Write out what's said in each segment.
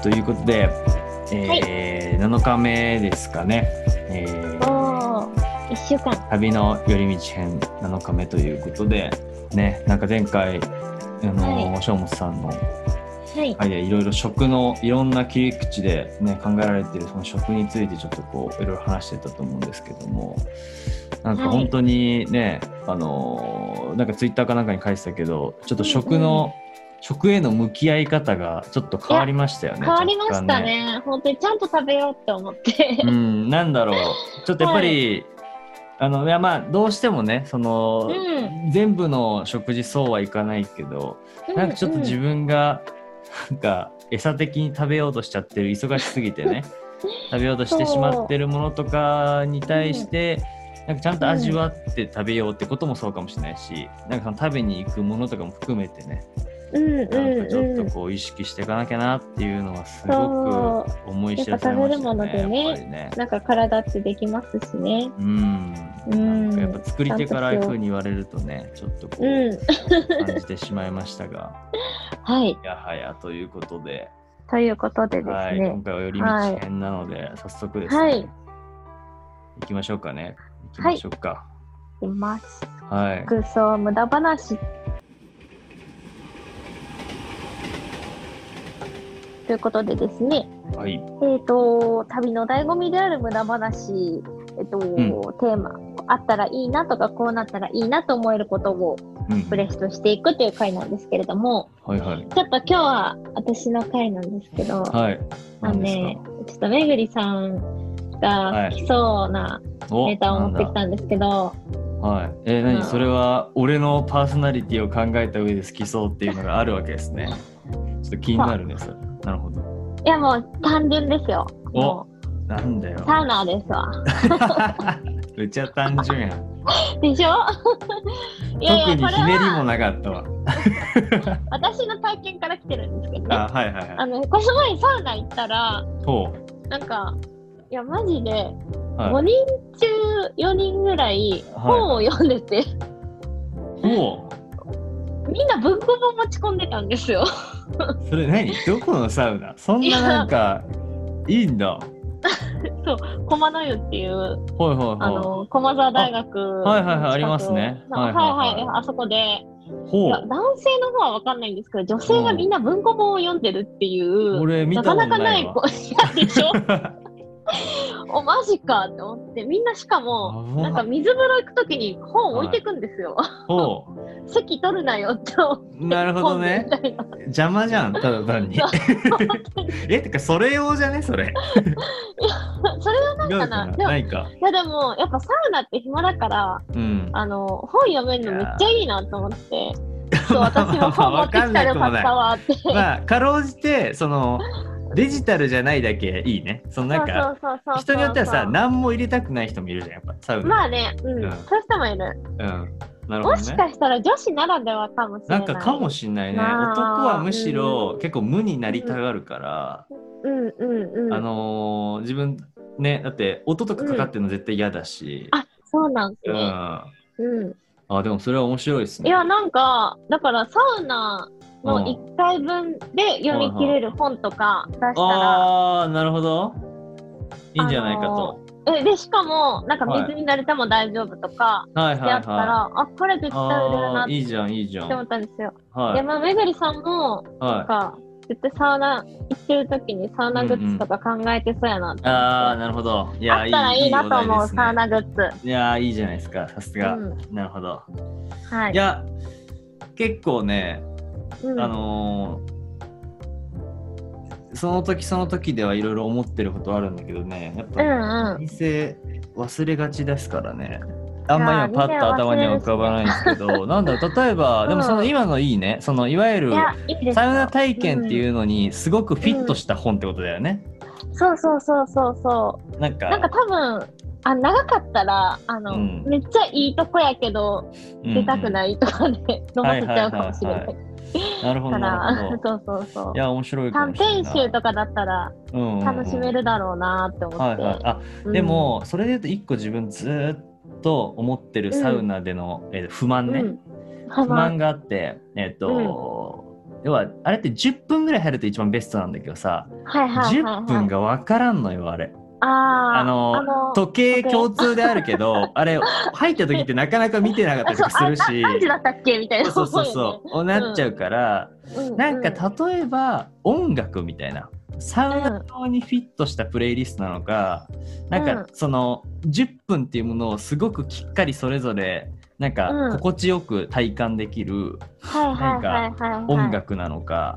ということで、7日目ですかね。 1週間。 旅の寄り道編7日目ということで、ね、なんか前回、正本さんの回でいろいろ食のいろんな切り口で、ね、考えられているその食についてちょっとこういろいろ話してたと思うんですけども、なんか本当にね、なんかツイッターかなんかに書いてたけど、ちょっと食への向き合い方がちょっと変わりましたよね。 変わりましたね。本当にちゃんと食べようって思って。 なんだろう。ちょっとやっぱり、いやまあどうしてもね、その、全部の食事そうはいかないけど、なんかちょっと自分がなんか餌的に食べようとしちゃってる、忙しすぎてね、食べようとしてしまってるものとかに対して、なんかちゃんと味わって食べようってこともそうかもしれないし、なんかその食べに行くものとかも含めてね、なんかちょっとこう意識していかなきゃなっていうのはすごく思い知らされましたね。 食べるものでね、なんか体ってできますしね。 なんかやっぱ作り手からああいう風に言われるとね、ちょっとこう感じてしまいましたが、やはやということで。 ということでですね。 今回は寄り道編なので、早速ですね。行きましょうかね。行きましょうか。 行きます。 はい。 空想無駄話。ということでですね、旅の醍醐味である無駄話、テーマ、あったらいいなとか、こうなったらいいなと思えることをブレストしていくという回なんですけれども、ちょっと今日は私の回なんですけど、ちょっとめぐりさんが好きそうなネタを持ってきたんですけど、 何それは俺のパーソナリティを考えた上で好きそうっていうのがあるわけですね。ちょっと気になるね、それ。なるほど。 いやもう単純ですよ。 なんだよ。 サウナーですわ。 めっちゃ単純やん。 でしょ？ いやいや特にひねりもなかったわ。 私の体験から来てるんですけどね。この前サウナ行ったら、なんか、いやマジで5人中4人ぐらい本を読んでて、みんな文庫本持ち込んでたんですよ。 それ何？どこのサウナ？そんななんかいいんだ。 そう、駒の湯っていう、駒沢大学ありますね。 あそこで、いや男性の方は分かんないんですけど、女性がみんな文庫本を読んでるっていう、なかなかない子でしょ。マジかって思って、みんなしかもなんか水風呂行くときに本置いてくんですよ。席取るなよって思って。 なるほどね。邪魔じゃん、ただ単に。てかそれ用じゃねそれ。 いやそれはなんかな。ないか。いやでもやっぱサウナって暇だから、本読めるのめっちゃいいなと思って。私も本持ってきたらよかったわって。 まあかろうじてその。デジタルじゃないだけいいね。そのなんか人によってはさ、何も入れたくない人もいるじゃん、やっぱサウナ。 まあね、そういう人もいる。なるほどね。もしかしたら女子ならではかもしれない。 なんかかもしれないね。男はむしろ結構無になりたがるから、自分ね、だって音とかかかってるの絶対嫌だし。 そうなんですね。 でもそれは面白いですね。 いやなんかだからサウナの1回分で読み切れる本とか出したら、 なるほど、いいんじゃないかと。 でしかもなんか水に慣れても大丈夫とかやったら、これ絶対売れるなって思ったんですよ。でめぐりさんもなんか絶対サウナ行ってる時にサウナグッズとか考えてそうやなって思って。 なるほど。いや、 あったらいいなと思う、サウナグッズ。 いやいいじゃないですか、さすが。なるほど。いや結構ね、その時その時ではいろいろ思ってることあるんだけどね、やっぱ人生忘れがちですからね。あんまり今パッと頭には浮かばないんですけど、なんだろう、例えば、でもその今のいいね、そのいわゆるサウナ体験っていうのにすごくフィットした本ってことだよね。 そうなんか多分長かったらめっちゃいいとこやけど出たくないとかで飲ませちゃうかもしれない。 なるほどなるほど。そういや面白いかもしれない。 短編集とかだったら楽しめるだろうなって思って。 でもそれで言うと一個自分ずっと思ってるサウナでの不満ね、不満があって、 要はあれって10分ぐらい入ると一番ベストなんだけどさ、10分が分からんのよあれ。時計共通であるけどあれ入った時ってなかなか見てなかったりとかするし、 何時だったっけみたいな、 そうなっちゃうから、なんか例えば音楽みたいなサウナ用にフィットしたプレイリストなのか、なんかその10分っていうものをすごくきっかりそれぞれなんか心地よく体感できるなんか音楽なのか、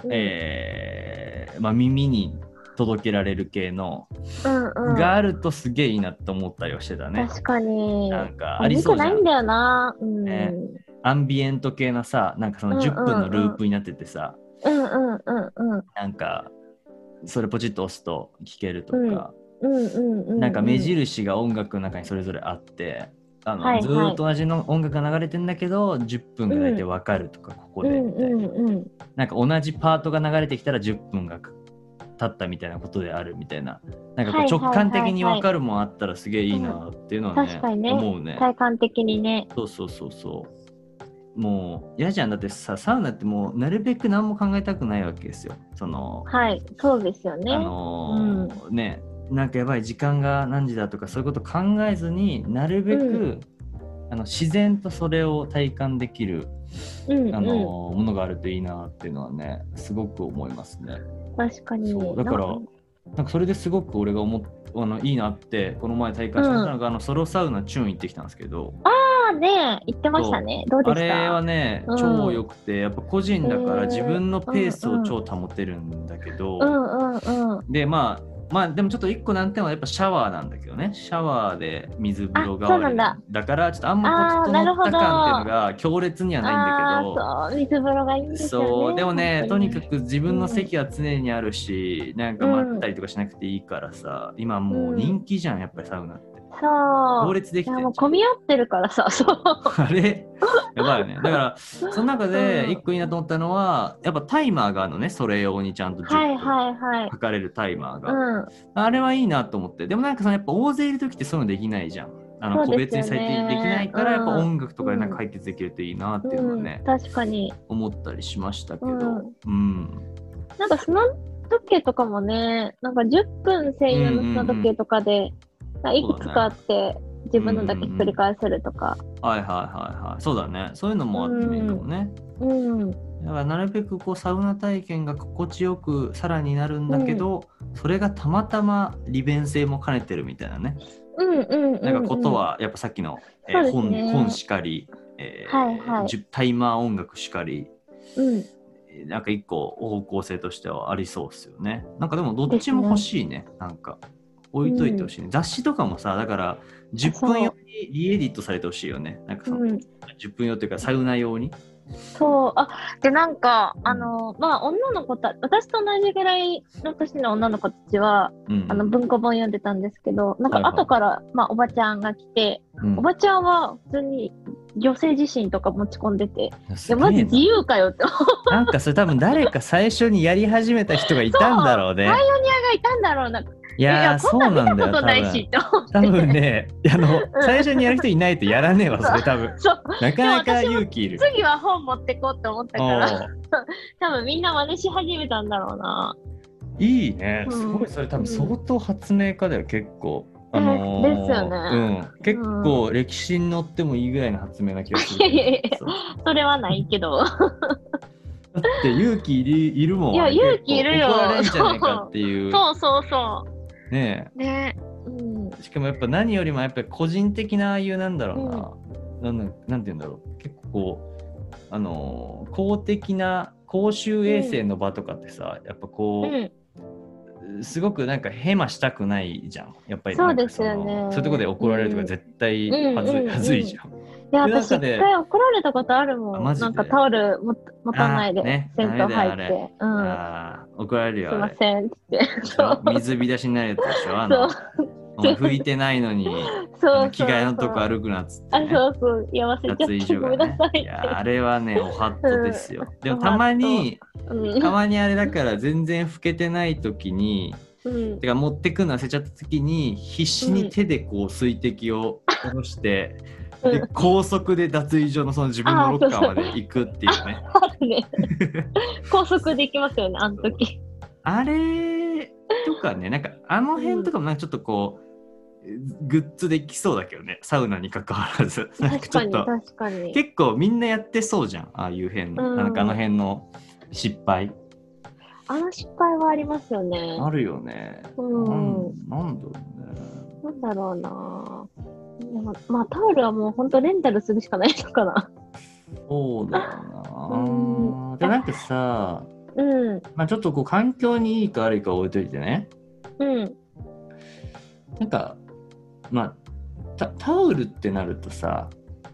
耳に届けられる系の、があるとすげえいいなと思ったりはしてたね。 確かに。 なんかありそうじゃん。 見てないんだよな。 アンビエント系なさ、なんかその10分のループになっててさ、なんかそれポチッと押すと聴けるとか、なんか目印が音楽の中にそれぞれあって、ずっと同じの音楽が流れてんだけど10分が大体分かるとか、ここでみたいな、なんか同じパートが流れてきたら10分が経ったみたいなことであるみたいな、なんかこう直感的に分かるもんあったらすげえいいなっていうのはね、 確かにね、 思うね。 体感的にね。 そうもう嫌じゃん。だってさ、サウナってもうなるべく何も考えたくないわけですよ。 そうですよね。 ね、なんかやばい時間が何時だとかそういうこと考えずに、なるべく、自然とそれを体感できる、ものがあるといいなっていうのはね、すごく思いますね。 確かに。 そうだからなんかそれですごく俺がいいなってこの前体感したのが、ソロサウナチューン行ってきたんですけど。 ね、言ってましたね。どうでした？ あれはね、超良くて、やっぱ個人だから自分のペースを超保てるんだけど、でまあでもちょっと一個難点はやっぱシャワーなんだけどね。シャワーで水風呂代わりだからちょっとあんま整った感っていうのが強烈にはないんだけど、水風呂がいいんですよね。 そうでもね、とにかく自分の席は常にあるし、なんか待ったりとかしなくていいからさ、今もう人気じゃん、やっぱりサウナって。行列できてる。 もう混み合ってるからさ。 あれやばいよね。だからその中で一個いいなと思ったのは、やっぱタイマーがあるのね。それ用にちゃんと10分測れるタイマーが、あれはいいなと思って。でもなんかやっぱ大勢いる時ってそういうのできないじゃん。個別に最低できないから、やっぱ音楽とかでなんか解決できるといいなっていうのはね、 確かに思ったりしましたけど、 なんか砂時計とかもね、なんか10分専用の砂時計とかで、いくつかあって自分のだけ繰り返せるとか、 そうだね、そういうのもあってもいいかもね。だからなるべくこうサウナ体験が心地よくさらになるんだけど、それがたまたま利便性も兼ねてるみたいなね、なんかことはやっぱさっきの、本しかり、タイマー音楽しかり、なんか一個方向性としてはありそうですよね。なんかでもどっちも欲しいね。なんか置いといてほしいね。雑誌とかもさ、だから10分用にリエディットされてほしいよね。なんかその、10分用っていうかサウナ用に。 でなんか女の子私と同じぐらいの年の女の子たちは、文庫本読んでたんですけど、なんか後から、おばちゃんが来て、おばちゃんは普通に女性自身とか持ち込んでて、マジ自由かよってなんかそれ多分誰か最初にやり始めた人がいたんだろうね。 パイオニアがいたんだろうな。 いやそうなんだよ。多分ね、最初にやる人いないとやらねえわ、それ多分。なかなか勇気いる。 次は本持ってこうって思ったから、多分みんな真似し始めたんだろうな。 いいね、すごい。それ多分相当発明家だよ、結構。 ですよね。 結構歴史に載ってもいいぐらいの発明な気がする。 それはないけど。 だって勇気いるもん。 いや、勇気いるよ。 怒られんじゃねえかっていう。 そうねしかもやっぱ何よりもやっぱり個人的なああいうなんだろうな、なんて言うんだろう、結構公的な公衆衛生の場とかってさ、やっぱこう、すごくなんかヘマしたくないじゃん、やっぱり。 そうですよね。 そういうところで怒られるとか絶対はずいじゃん。 いや、私一回怒られたことあるもん。なんかタオル持たないで銭湯入って。 怒られるよ。 すいませんって。 水浸しになるやつでしょ。拭いてないのに着替えのとこ歩くなっつって。 やわせちゃってごめんなさい。 いや、あれはね、おはっとですよ。でもたまにあれだから全然拭けてない時に、てか持ってくの忘れちゃった時に必死に手でこう水滴を下ろしてで高速で脱衣所のその自分のロッカーまで行くっていうね。 高速で行きますよね、あの時。 あれとかね、なんかあの辺とかもなんかちょっとこう、グッズできそうだけどね、サウナに関わらず。なんかちょっと確かに結構みんなやってそうじゃん、ああいう辺の、なんかあの辺の失敗。 あの失敗はありますよね。 あるよね。なんだろうね。 なんだろうな。まあタオルはもう本当レンタルするしかないのかな。 そうだよな。でなんかさ、まあちょっとこう環境にいいか悪いか置いといてね。なんかまあタオルってなるとさ、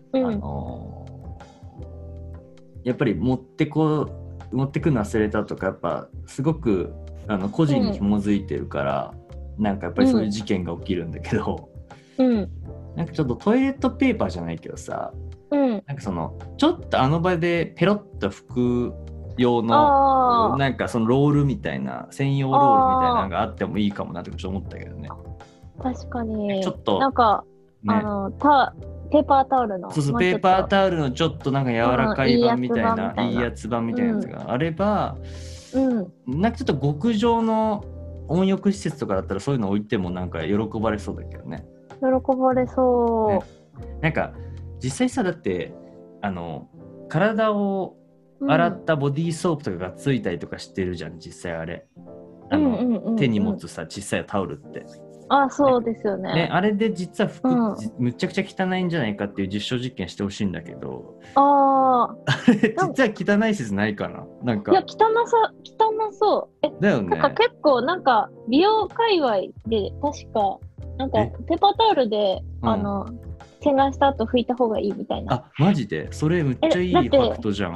やっぱり持ってくの忘れたとか、やっぱすごく個人に紐づいてるから、なんかやっぱりそういう事件が起きるんだけど、なんかちょっとトイレットペーパーじゃないけどさ、なんかそのちょっとあの場でペロッと拭く用のなんかそのロールみたいな、専用ロールみたいなのがあってもいいかもなってちょっと思ったけどね。 確かに。 ちょっとなんか、ね、ペーパータオルの。 そうペーパータオルのちょっとなんか柔らかい版みたいな、いいやつ版みたいなやつがあれば、なんかちょっと極上の温浴施設とかだったらそういうの置いてもなんか喜ばれそうだけどね。 喜ばれそう、ね、 なんか実際さ、だって体を洗ったボディーソープとかがついたりとかしてるじゃん、実際あれ。手に持つさ小さいタオルって。 そうですよね。 あれで実は服、むちゃくちゃ汚いんじゃないかっていう実証実験してほしいんだけど、 あれ実は汚い説ないかな。なんかいや汚そう。 だよね。 なんか結構なんか美容界隈で確かなんかペーパータオルで洗顔した後拭いた方がいいみたいな。 あ、マジで？それむっちゃいいファクトじゃん。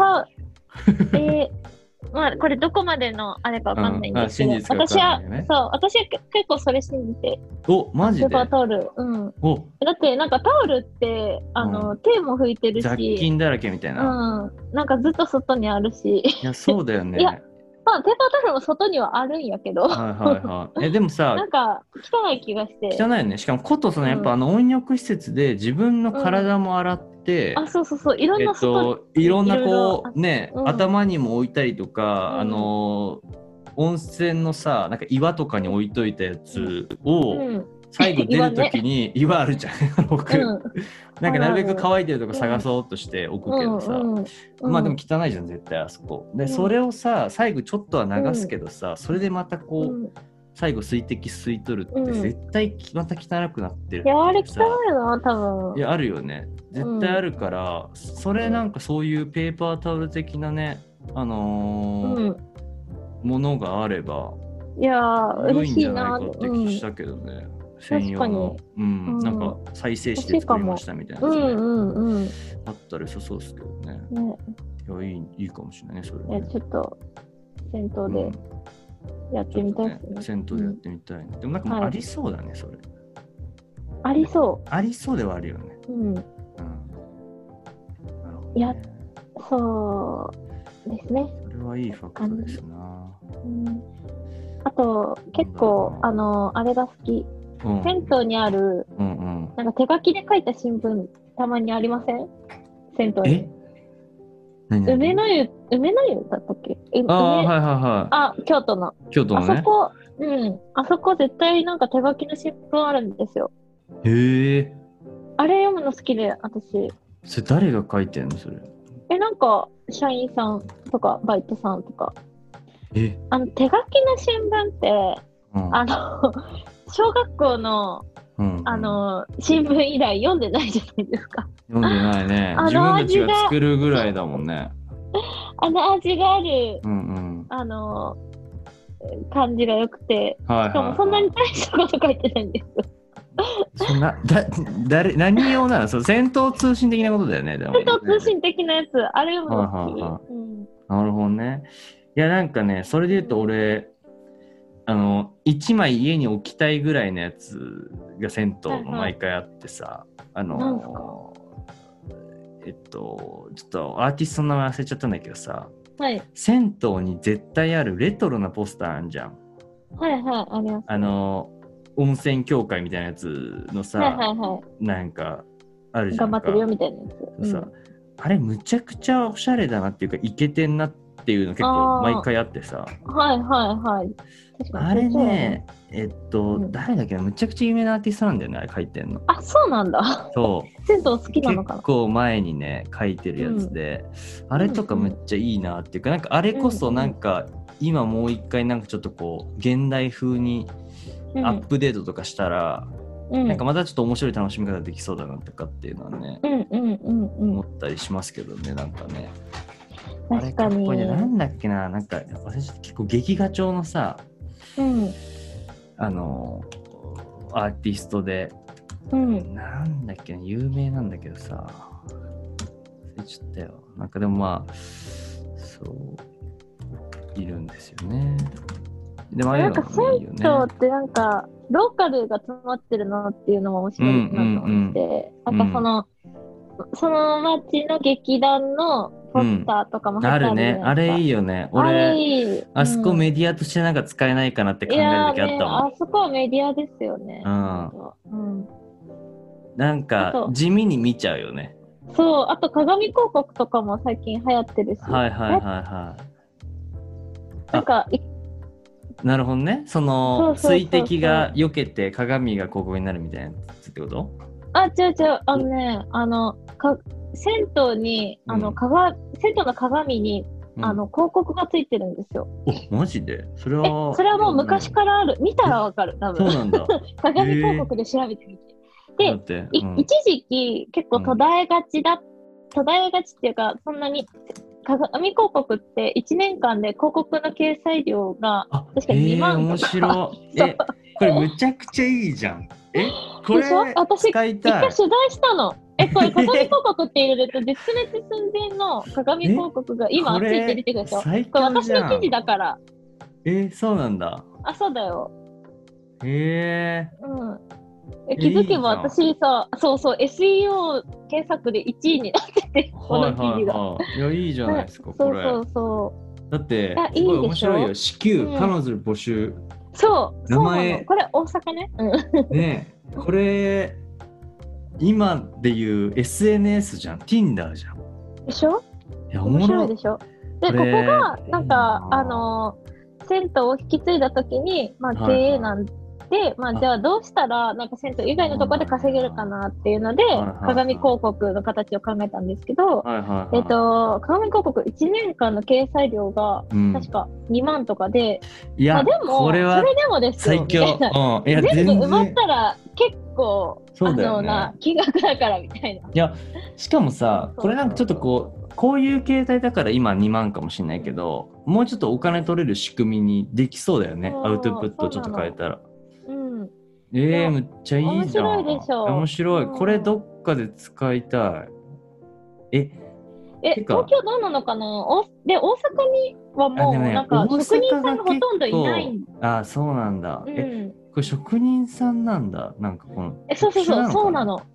まあこれどこまでのあれかわかんないんですけど、私は結構それ信じて。 マジで？ ペーパータオル。だってなんかタオルって手も拭いてるし、 雑菌だらけみたいな。 なんかずっと外にあるし。 いやそうだよね。 いやまあペーパータオルも外にはあるんやけど。 でもさ、 なんか汚い気がして。 汚いよね。しかもことやっぱ温浴施設で自分の体も洗って、 そういろんないろんなこうね、頭にも置いたりとか、温泉のさ、なんか岩とかに置いといたやつを、最後出るときに岩あるじゃん。僕なんかなるべく乾いてるとこ探そうとして置くけどさ、まあでも汚いじゃん絶対あそこで、それをさ最後ちょっとは流すけどさ、それでまたこう最後水滴吸い取るって絶対また汚くなってる。 いやあれ汚いな多分。 いやあるよね、絶対あるから、それなんかそういうペーパータオル的なねものがあればいや良いんじゃないかって気したけどね。専用の、なんか再生して作りましたみたいなやつね、あったら良さそうですけどね。いやいいかもしれないねそれね。 ちょっと銭湯でやってみたいですね。 銭湯でやってみたいね。でもなんかありそうだねそれ。 ありそう。 ありそうではあるよね。 いやそうですね。 それはいいファクトですな。 あと結構あれが好き。銭湯にある、なんか手書きで書いた新聞たまにありません？銭湯に。梅の湯だったっけ？京都の。 ね。 あそこ絶対なんか手書きの新聞あるんですよ。 へえ。 あれ読むの好きで私。それ誰が書いてんのそれ？ なんか社員さんとかバイトさんとか。手書きの新聞って、小学校の、新聞以来読んでないじゃないですか。 読んでないね。自分たちが作るぐらいだもんね。 味がある、感じが良くて、しかもそんなに大したこと書いてないんですよ。 何用なの？戦闘通信的なことだよね。 戦闘通信的なやつ、あれ読むの好き。 なるほどね。いやなんかね、それで言うと俺1枚家に置きたいぐらいのやつが銭湯の毎回あってさ、ちょっとアーティストの名前忘れちゃったんだけどさ、銭湯に絶対あるレトロなポスターあんじゃん。 あります。 温泉協会みたいなやつのさ、なんかあるじゃんか。 頑張ってるよみたいなやつ。 さ、あれむちゃくちゃおしゃれだなっていうかイケてんなっていうの結構毎回あってさ。 はいはいはい。 あれね、誰だっけな、むちゃくちゃ有名なアーティストなんだよね、あれ書いてんの。 あ、そうなんだ。 そう。 銭湯好きなのかな。 結構前にね、書いてるやつで、あれとかめっちゃいいなっていうか、なんかあれこそなんか、今もう一回なんかちょっとこう、現代風にアップデートとかしたら、なんかまたちょっと面白い楽しみ方できそうだなとかっていうのはね、思ったりしますけどね、なんかね。 確かに。 これなんだっけな、なんか私結構劇画調のさ、アーティストで、なんだっけな、有名なんだけどさ、忘れちゃったよ。なんかでもまあ、そういるんですよね。でもああいうのもいいよね。銭湯ってなんかローカルが詰まってるなっていうのも面白いなと思って、なんかその町の劇団のポスターとかもあるね。あれいいよね。俺、あそこメディアとしてなんか使えないかなって考える時あったもん。 あそこはメディアですよね。 なんか地味に見ちゃうよね。 そう、あと鏡広告とかも最近流行ってるし。 はいはいはいはい。 なんかなるほどね。その水滴が避けて鏡が広告になるみたいなやつってこと？ 違う。銭湯に銭湯の鏡に広告がついてるんですよ。 マジで？それはもう昔からある。見たらわかる、多分。 そうなんだ。 鏡広告で調べてみて。で、一時期結構途絶えがちっていうか、そんなに鏡広告って1年間で広告の掲載料が確かに2万とか。 面白い。これむちゃくちゃいいじゃん。これ私一回取材したの。これ鏡広告って入れると絶滅寸前の鏡広告が今ついて出てくるでしょ。これ私の記事だから。 そうなんだ。 あ、そうだよ。 へえ。 気づけば私さ、SEO 検索で1位になってて、この記事が。 いや、いいじゃないですか、これ。だって、すごい面白いよ。至急、彼女募集。 そう、名前。これ大阪ね。 ねえ、これ、今でいう SNS じゃん、Tinder じゃん。 でしょ？ いや、 面白いでしょ？で、ここが、なんか、銭湯を引き継いだときに、経営なんで、じゃあどうしたら、なんか銭湯以外のところで稼げるかなっていうので、鏡広告の形を考えたんですけど、鏡広告1年間の掲載料が、確か2万とかで、 いや、 でも、それでもですよ。 最強。 全部埋まったら結構、な金額だからみたいな。 いや、しかもさ、これなんかちょっとこういう形態だから今2万かもしれないけど、もうちょっとお金取れる仕組みにできそうだよね。アウトプットちょっと変えたら。むっちゃいいじゃん。 面白いでしょ。 面白い。これどっかで使いたい。 東京どうなのかな？で、大阪にはもうなんか職人さんがほとんどいない。 そうなんだ。これ職人さんなんだ。なんかこの。 そうなの。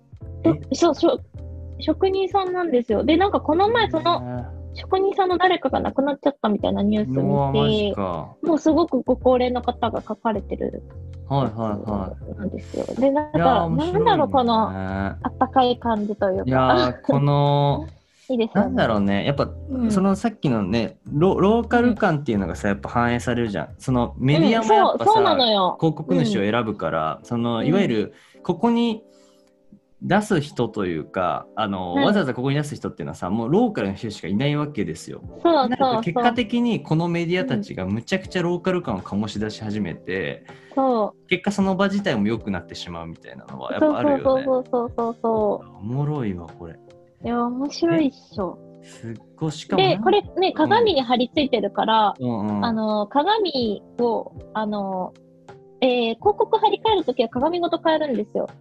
職人さんなんですよ。で、なんかこの前その職人さんの誰かが亡くなっちゃったみたいなニュースを見て、もうすごくご高齢の方が書かれてる。なんですよ。で、なんだろう、このあったかい感じというか。 いやこのいいですよね。 なんだろうね、やっぱ、そのさっきのね、ローカル感っていうのがさ、やっぱ反映されるじゃん。そのメディアもやっぱさ、広告主を選ぶから、そのいわゆるここに出す人というか、わざわざここに出す人っていうのはさ、もうローカルの人しかいないわけですよ。結果的にこのメディアたちがむちゃくちゃローカル感を醸し出し始めて、結果その場自体も良くなってしまうみたいなのはやっぱあるよね。おもろいわこれ。 いや面白いっしょ。 すっごい。しかもでこれね鏡に貼り付いてるから、鏡を広告貼り替えるときは鏡ごと変えるんですよ。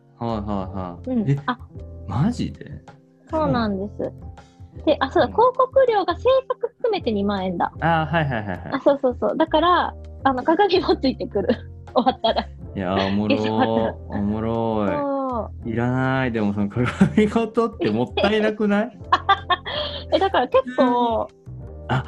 マジで？ そうなんです。で、そうだ、広告料が制作含めて2万円だ。そう。だから、鏡もついてくる。終わったら。 いやおもろい。いらない。でもその鏡ごとってもったいなくない？ だから結構。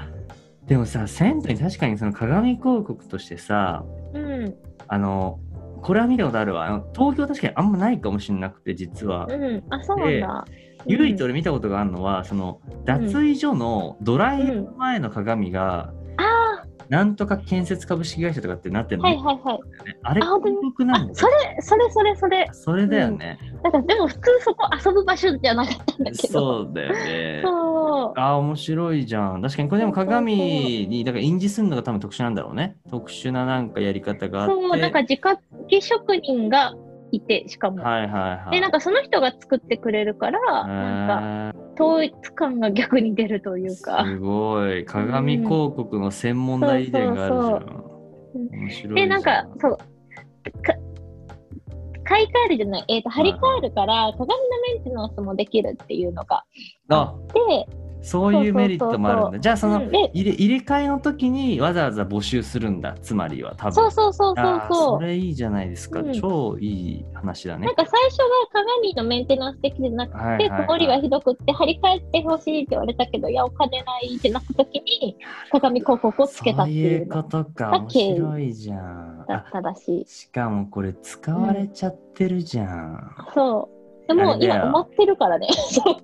でもさ、銭湯に確かにその鏡広告としてさ、 これは見たことあるわ。東京確かにあんまないかもしれなくて、実は。 あ、そうなんだ。 唯一俺見たことがあるのは、その脱衣所のドライヤー前の鏡が、なんとか建設株式会社とかってなってるの、ね。あれ、広告なんだ。 それ。 それだよね。 なんかでも普通そこ遊ぶ場所じゃなかったんだけど。 そうだよね。面白いじゃん。確かにこれでも鏡にだから印字するのが多分特殊なんだろうね。特殊ななんかやり方があって。 そう、なんか自家職人がいて、しかも。で、なんかその人が作ってくれるから、なんか統一感が逆に出るというか。 すごい。鏡広告の専門代理店があるじゃん。面白いじゃん。 で、なんか、そう。買い替えるじゃない、張り替えるから鏡のメンテナンスもできるっていうのがあって、 そういうメリットもあるんだ。じゃあその入れ替えの時にわざわざ募集するんだ。つまりは多分。そう。それいいじゃないですか。超いい話だね。 なんか最初は鏡のメンテナンス的じゃなくて、曇りがひどくって張り替えてほしいって言われたけど、いやお金ないってなった時に鏡広告をつけたっていう。 そういうことか。面白いじゃん。 だったらしい。 しかもこれ使われちゃってるじゃん。 そう。でも今埋まってるからね。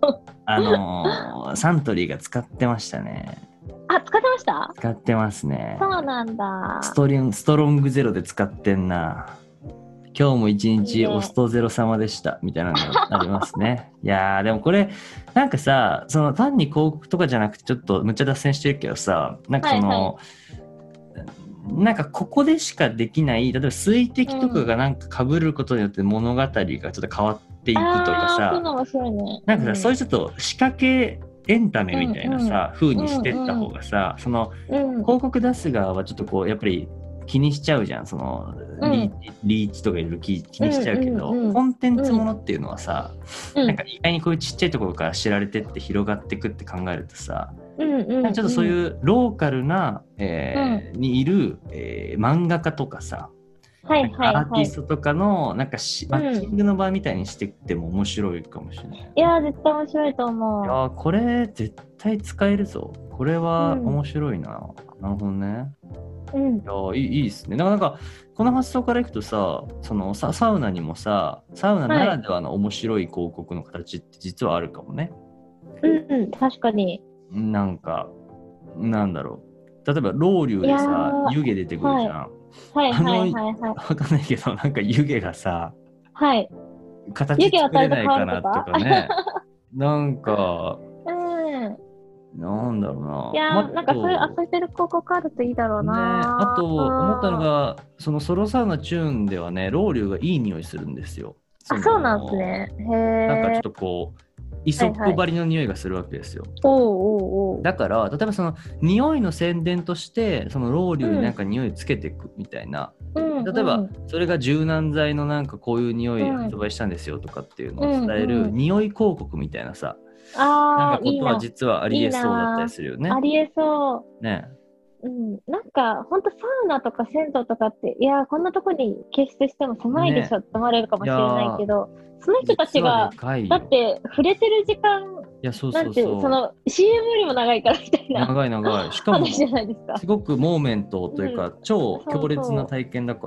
サントリーが使ってましたね。 あ、使ってました？ 使ってますね。 そうなんだ。 ストロングゼロで使ってんな。今日も一日オストゼロ様でしたみたいなのがありますね。いやーでもこれなんかさ、その単に広告とかじゃなくてちょっとむっちゃ脱線してるけどさ、なんかその、なんかここでしかできない例えば水滴とかがなんか被ることによって物語がちょっと変わっていくとかさ、なんかさ、そういうちょっと仕掛けエンタメみたいなさ、風にしてった方がさ、その広告出す側はちょっとこうやっぱり気にしちゃうじゃん、そのリーチとかいろいろ気にしちゃうけど、コンテンツものっていうのはさ、なんか意外にこういうちっちゃいところから知られてって広がっていくって考えるとさ、ちょっとそういうローカルな、にいる、漫画家とかさ、アーティストとかのなんかマッチングの場みたいにしていっても面白いかもしれない。 いや絶対面白いと思う。 いやこれ絶対使えるぞ。これは面白いな。なるほどね。いやいいですね。なんかこの発想からいくとさ、そのサウナにもさ、サウナならではの面白い広告の形って実はあるかもね。 確かに。 なんかなんだろう。例えばロウリュでさ、湯気出てくるじゃん。わかんないけどなんか湯気がさ、形作れないかなとかね。なんか。なんだろうな。 いやなんかそういう遊べる広告あるといいだろうな。 あと思ったのが、そのソロサウナチューンではね、ロウリュがいい匂いするんですよ。 そうなんですね。 なんかちょっとこうイソップ張りの匂いがするわけですよ。だから例えばその匂いの宣伝としてそのロウリュになんか匂いつけていくみたいな、例えばそれが柔軟剤のなんかこういう匂い発売したんですよとかっていうのを伝える匂い広告みたいなさ、なんかことは実はありえそうだったりするよね。 ありえそうね。なんか本当サウナとか銭湯とかっていやこんなとこに決してしても狭いでしょって思われるかもしれないけど、その人たちがだって触れてる時間なんてその CM よりも長いからみたいな長いしかもすごくモーメントというか、超強烈な体験だから、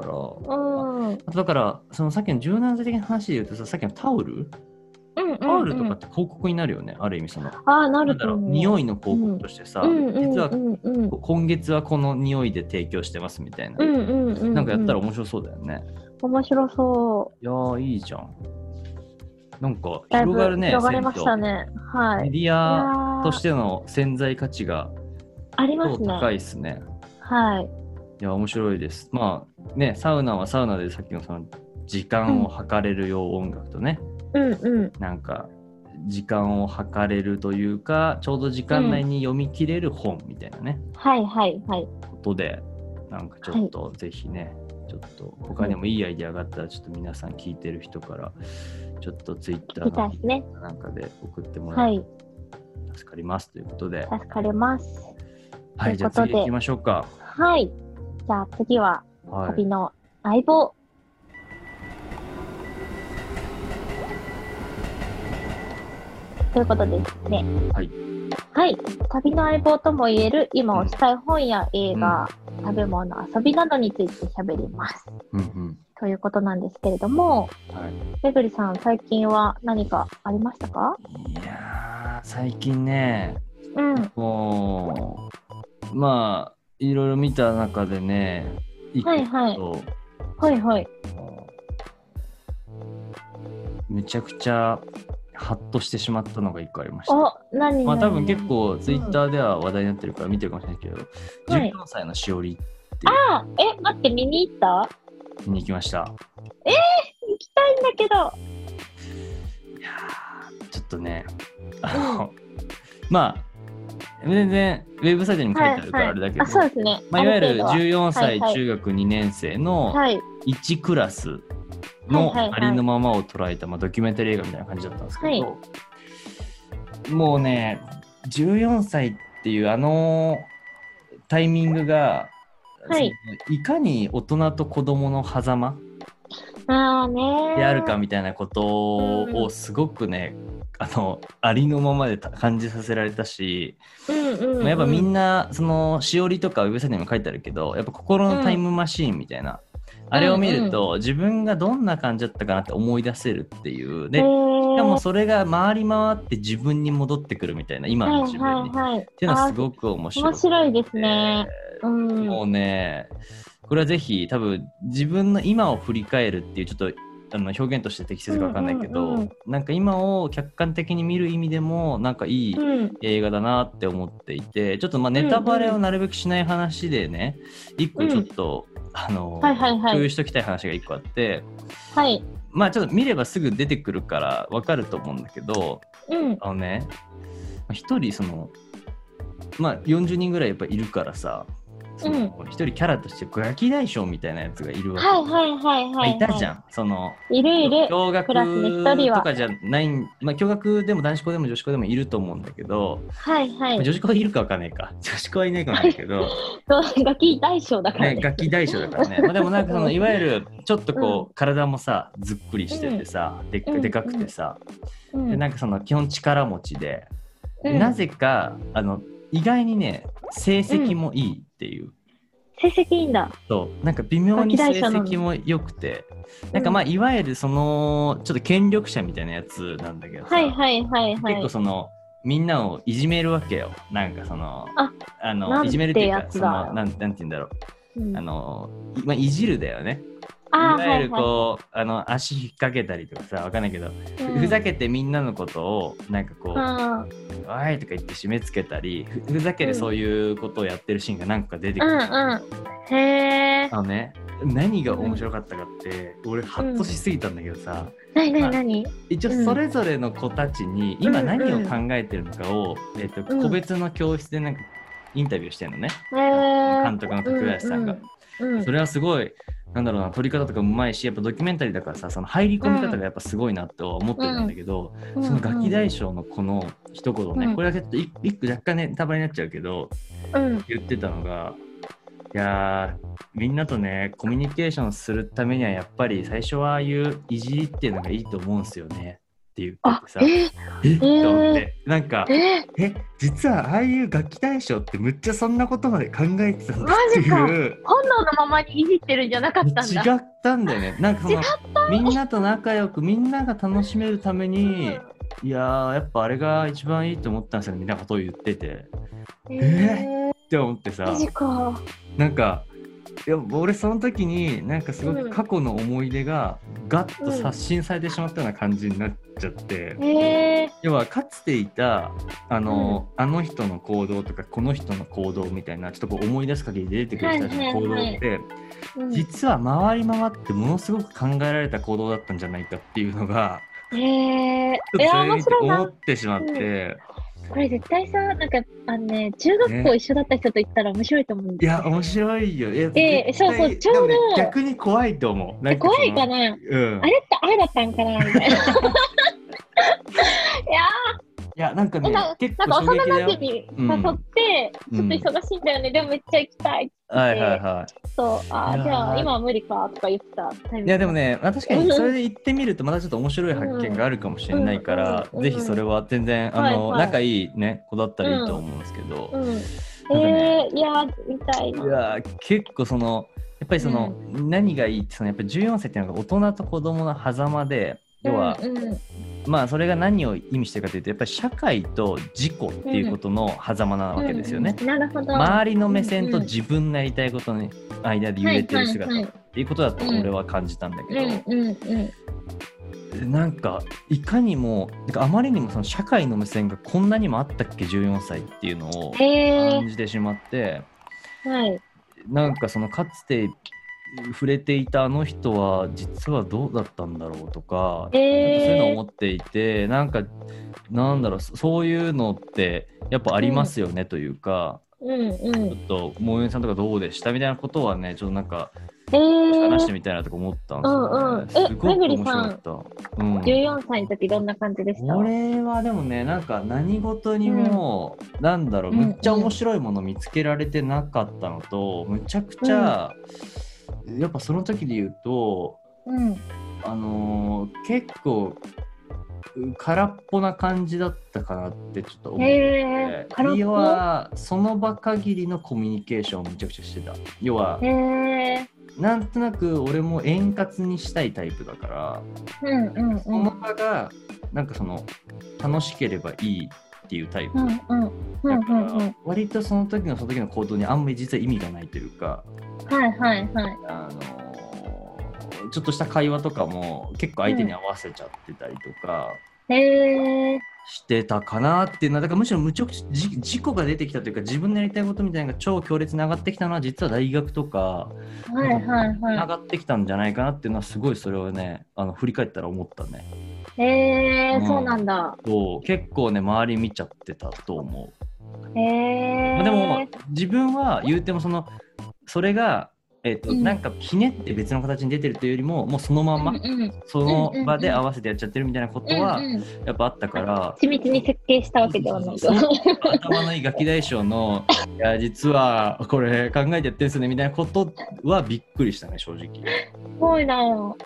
だからそのさっきの柔軟剤的な話で言うとさ、さっきのタオルタオルとかって広告になるよね、ある意味そのなんだろう、匂いの広告としてさ、実は今月はこの匂いで提供してますみたいな、なんかやったら面白そうだよね。 面白そう。 いやーいいじゃん。なんか広がるね。 広がりましたね。 メディアとしての潜在価値がありますね。 高いですね。いや面白いです。まあね、サウナはサウナでさっきのその時間を測れるよう音楽とね、なんか時間を測れるというかちょうど時間内に読み切れる本みたいなね、ことでなんかちょっとぜひね、ちょっと他にもいいアイデアがあったらちょっと皆さん聞いてる人からちょっとツイッターなんかで送ってもらうと助かりますということで。 助かります。 はい、じゃあ次行きましょうか。 はい、じゃあ次は旅の相棒。ということでですね。はい、旅の相棒ともいえる今をしたい本や映画、食べ物、遊びなどについて喋ります。 ということなんですけれども、めぐりさん、最近は何かありましたか？ いやー、最近ね、もう、まあ、いろいろ見た中でね、 はいはい。はいはい。 めちゃくちゃハッとしてしまったのが一個ありました。 まあ多分結構ツイッターでは話題になってるから見てるかもしれないけど、14歳のしおりっていう。 待って、見に行った？ 見に行きました。 行きたいんだけど。 いやー、ちょっとね、まあ、全然ウェブサイトにも書いてあるからあれだけど、 そうですね。 いわゆる14歳中学2年生の1クラスのありのままを捉えた、ドキュメンタリー映画みたいな感じだったんですけど、もうね、14歳っていうタイミングが、いかに大人と子供の狭間であるかみたいなことをすごくね、ありのままで感じさせられたし、やっぱみんなそのしおりとかウェブサイトにも書いてあるけど、やっぱ心のタイムマシーンみたいな、あれを見ると自分がどんな感じだったかなって思い出せるっていう。で、しかもそれが回り回って自分に戻ってくるみたいな、今の自分に、っていうのはすごく面白い。 面白いですね。 もうね、これはぜひ多分自分の今を振り返るっていう、ちょっと表現として適切か分かんないけど、なんか今を客観的に見る意味でもなんかいい映画だなって思っていて、ちょっとネタバレをなるべくしない話でね、一個ちょっと、共有しておきたい話が一個あって、ちょっと見ればすぐ出てくるから分かると思うんだけど、一人40人ぐらいやっぱいるからさ、一人キャラとしてガキ大将みたいなやつがいるわけ。いたじゃん。 いる。 共学とかじゃない、共学でも男子校でも女子校でもいると思うんだけど、女子校いるかわかんないか。女子校はいないかもしれないけど、 ガキ大将だからね。 ガキ大将だからね。でもなんかいわゆるちょっとこう、体もさずっくりしててさ、でかくてさ、でなんか基本力持ちで、なぜか意外にね成績もいいっていう、 成績いいんだ。 そうなんか微妙に成績も良くて、なんかいわゆるちょっと権力者みたいなやつなんだけどさ、結構みんなをいじめるわけよ。なんかいじめるっていうかなんて言うんだろう、いじるだよね。いわゆるこう、足引っ掛けたりとかさ、わかんないけど、ふざけてみんなのことをなんかこう「おい!」とか言って締め付けたり、ふざけてそういうことをやってるシーンが何個か出てくる。何が面白かったかって、俺ハッとしすぎたんだけどさ、一応それぞれの子たちに今何を考えてるのかを、個別の教室でなんかインタビューしてるのね、監督の徳林さんが。それはすごいなんだろうな、撮り方とかうまいし、やっぱドキュメンタリーだからさ、その入り込み方がやっぱすごいなとは思ってるんだけど、そのガキ大将のこの一言ね、これはちょっと一個若干ねネタバレになっちゃうけど、言ってたのが、いやみんなとねコミュニケーションするためにはやっぱり最初はああいういじりっていうのがいいと思うんですよねって言っててさ、と思って、なんか実はああいうガキ大将ってむっちゃそんなことまで考えてたんだっていう。 本能のままにいじってるんじゃなかったんだ。 違ったんだよね。なんかみんなと仲良くみんなが楽しめるために、いややっぱあれが一番いいと思ったんですよねみたいなことを言ってて、って思ってさ、なんかいや俺その時になんかすごく過去の思い出がガッと刷新されてしまったような感じになっちゃって、要はかつていたあの人の行動とかこの人の行動みたいな、ちょっとこう思い出す限りで出てくる人たちの行動って、実は回り回ってものすごく考えられた行動だったんじゃないかっていうのが、ちょっとそれに思ってしまって。 これ絶対さ、なんか中学校一緒だった人と言ったら面白いと思うんですよ。 いや面白いよ。 そうそう、ちょうど逆に怖いと思う。 なんか怖いかな、あれってあれだったんかなみたいな。いやなんかね、結構衝撃だよ。幼馴染誘って、ちょっと忙しいんだよね、でもめっちゃ行きたいって言って、そう、じゃあ今は無理かとか言ってたタイミング。いやでもね、確かにそれで行ってみるとまたちょっと面白い発見があるかもしれないから、ぜひそれは全然仲いいね子だったらいいと思うんですけど、 いや見たいな。 いや結構っぱりその、何がいいってそのやっぱり14歳っていうのが大人と子供の狭間で、要は、まあそれが何を意味してるかというとやっぱり社会と自己っていうことの狭間なわけですよね。 なるほど。 周りの目線と自分のやりたいことの間で揺れてる姿っていうことだと俺は感じたんだけど、なんかいかにもなんかあまりにもその社会の目線がこんなにもあったっけ14歳っていうのを感じてしまって、なんかそのかつて触れていたあの人は実はどうだったんだろうとか、ちょっとそういうのを思っていて、なんかなんだろう、そういうのってやっぱありますよねというか、ちょっと萌えさんとかどうでしたみたいなことはね、ちょっとなんか話してみたいなとか思ったんですよね。すごく面白かった。 14歳の時どんな感じでした？ 俺はでもね、なんか何事にも、なんだろう、むっちゃ面白いもの見つけられてなかったのと、むちゃくちゃ、やっぱその時で言うと、結構空っぽな感じだったかなってちょっと思って、要はその場限りのコミュニケーションをむちゃくちゃしてた。要はなんとなく俺も円滑にしたいタイプだから、その場がなんかその楽しければいいっていうタイプだから割とその時の行動にあんまり実は意味がないというか、ちょっとした会話とかも結構相手に合わせちゃってたりとかしてたかなっていうのは、だからむしろむちゃくちゃ自己が出てきたというか、自分のやりたいことみたいなのが超強烈に上がってきたのは実は大学とか上がってきたんじゃないかなっていうのはすごいそれをね振り返ったら思ったね。 そうなんだ。 結構ね周り見ちゃってたと思う。でも自分は言うてもそれがなんかひねって別の形に出てるというよりももうそのまんまその場で合わせてやっちゃってるみたいなことはやっぱあったから、 緻密に設計したわけではないと。 頭のいいガキ大将のいや実はこれ考えてやってるんですよねみたいなことはびっくりしたね、正直。 すごいな。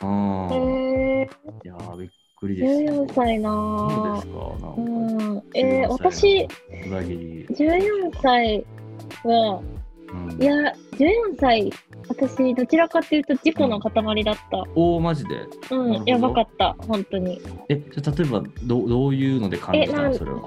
いやびっくりです。 14歳な。 そうですか。 私14歳は、いや14歳私どちらかっていうと自己の塊だった。 マジで？ やばかった本当に。 例えばどういうので感じたのそれは？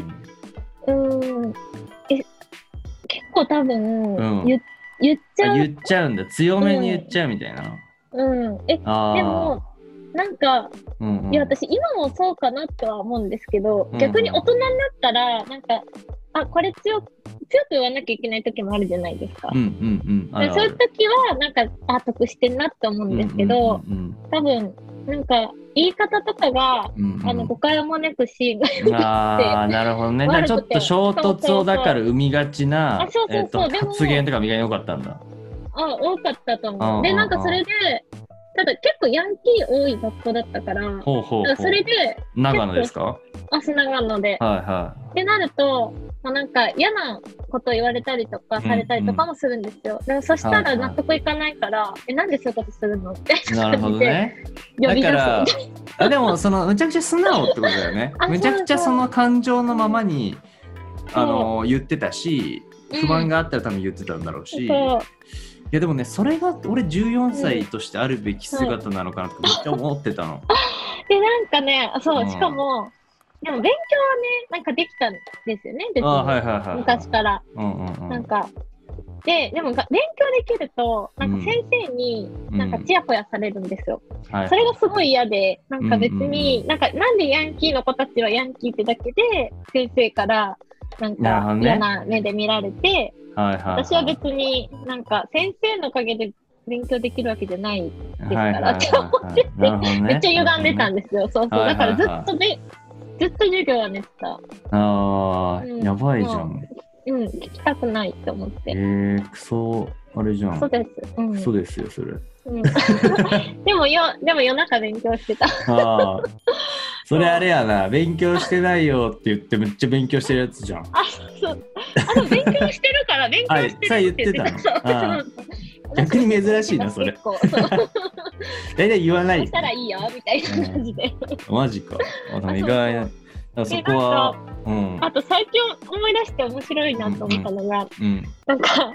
結構多分、言っちゃうんだ。強めに言っちゃうみたいな。 でもなんか、いや私今もそうかなとは思うんですけど、逆に大人になったらなんかこれ強く言わなきゃいけない時もあるじゃないですか。そういう時はなんか得してんなって思うんですけど、多分なんか言い方とかが、誤解を招くシーンがなるほどね。だからちょっと衝突をだから生みがちな発言とかみが良かったんだ。 多かったと思う。でなんかそれでただ結構ヤンキー多い学校だったから、それで長野ですか？ 長野で。ってなると、なんか嫌なこと言われたりとかされたりとかもするんですよ。でもそしたら納得いかないから、なんでそういうことするのってなるほどね。 呼び出す。 だからでもむちゃくちゃ素直ってことだよね。むちゃくちゃその感情のままに言ってたし、不満があったら多分言ってたんだろうし。いやでもね、それが俺14歳としてあるべき姿なのかなとかめっちゃ思ってたの。 でなんかね、しかもでも勉強はねなんかできたんですよね、別に昔から。なんかでも勉強できるとなんか先生になんかチヤホヤされるんですよ。それがすごい嫌で、なんか別になんでヤンキーの子たちはヤンキーってだけで先生からなんか嫌な目で見られて。私は別になんか先生のおかげで勉強できるわけじゃないですからって思ってて、めっちゃ歪んでたんですよ。だからずっと授業は寝てた。 やばいじゃん。 聞きたくないって思って。 クソあれじゃん。 そうです。 クソですよそれ。 でも夜中勉強してた。 それあれやな、勉強してないよって言ってめっちゃ勉強してるやつじゃん。 勉強してるから勉強してるって言ってた。 逆に珍しいなそれ。大体言わない。 そしたらいいよみたいな感じで。 マジか。意外な。そこは。 あと最近思い出して面白いなと思ったのが、なんか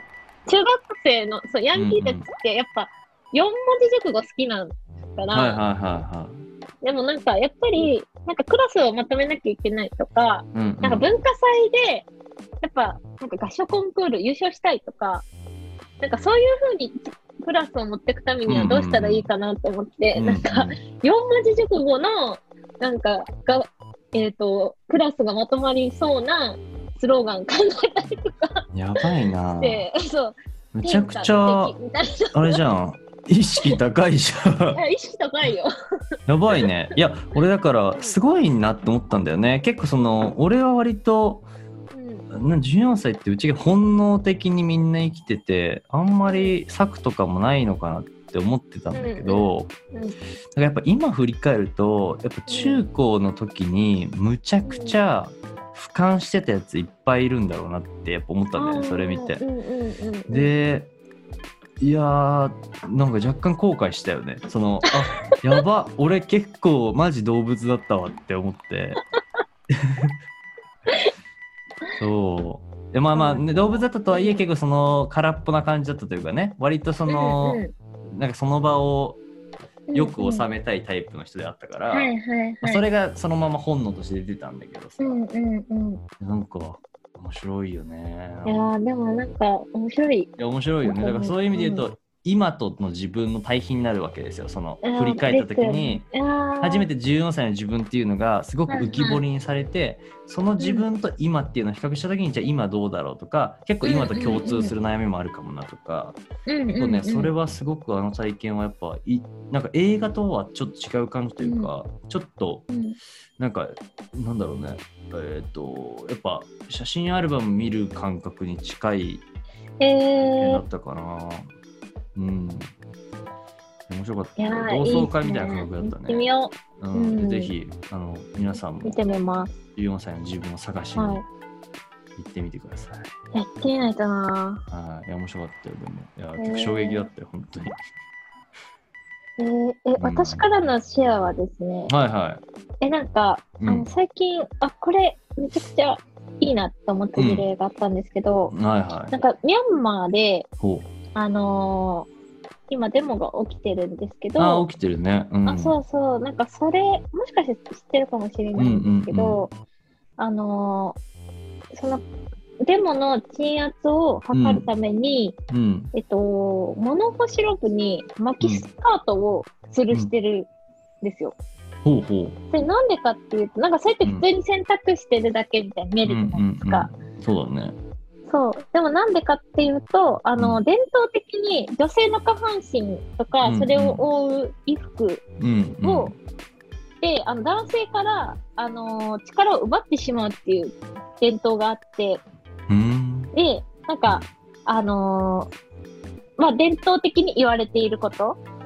中学生のそうヤンキーたちってやっぱ4文字熟語好きなんから、でもなんかやっぱりなんかクラスをまとめなきゃいけないとか、なんか文化祭でやっぱなんか合唱コンクール優勝したいとか、なんかそういう風にクラスを持っていくためにはどうしたらいいかなと思って、なんか4文字熟語のなんかがクラスがまとまりそうなスローガン考えたりとかやばいなで、そうめちゃくちゃあれじゃん、意識高いじゃん。 いや意識高いよやばいね。いや俺だからすごいなって思ったんだよね。結構その俺は割と、14歳ってうちが本能的にみんな生きてて、あんまり策とかもないのかなって思ってたんだけど、だからやっぱ今振り返るとやっぱ中高の時にむちゃくちゃ俯瞰してたやついっぱいいるんだろうなってやっぱ思ったんだよね、それ見て。でいやーなんか若干後悔したよね。そのやば俺結構マジ動物だったわって思ってそうでまあ、ね、動物だったとはいえ結構その空っぽな感じだったというかね、割とその、なんかその場をよく収めたいタイプの人であったから、それがそのまま本能として出てたんだけどさ、なんか面白いよね。 いやでもなんか面白い。 いや面白いよね。だからそういう意味で言うと、今との自分の対比になるわけですよ。その振り返った時に初めて14歳の自分っていうのがすごく浮き彫りにされて、その自分と今っていうのを比較した時に、じゃあ今どうだろうとか、結構今と共通する悩みもあるかもなとか、結構ねそれはすごくあの体験はやっぱなんか映画とはちょっと違う感じというか、ちょっとなんかなんだろうね、やっぱ写真アルバム見る感覚に近いだったかな。面白かった。同窓会みたいな感覚だったね。ぜひ皆さんも見てみます。 14歳の自分を探しに行ってみてください。 やってみないとな。 いや面白かったよ。でもいや結構衝撃だったよ本当に。 私からのシェアはですね。なんか最近これめちゃくちゃいいなと思った事例があったんですけど、なんかミャンマーで今デモが起きてるんですけど、 起きてるね。 そうそう、なんかそれもしかして知ってるかもしれないんですけど、そのデモの鎮圧を図るために、物干しロープに巻きスカートを吊るしてるんですよ。でなんでかっていうと、なんかそうやって普通に洗濯してるだけみたいに見えるじゃないですか。 そうだね。 そうでもなんでかっていうと、伝統的に女性の下半身とか、それを覆う衣服を、で男性から力を奪ってしまうっていう伝統があって、でなんか伝統的に言われていること、で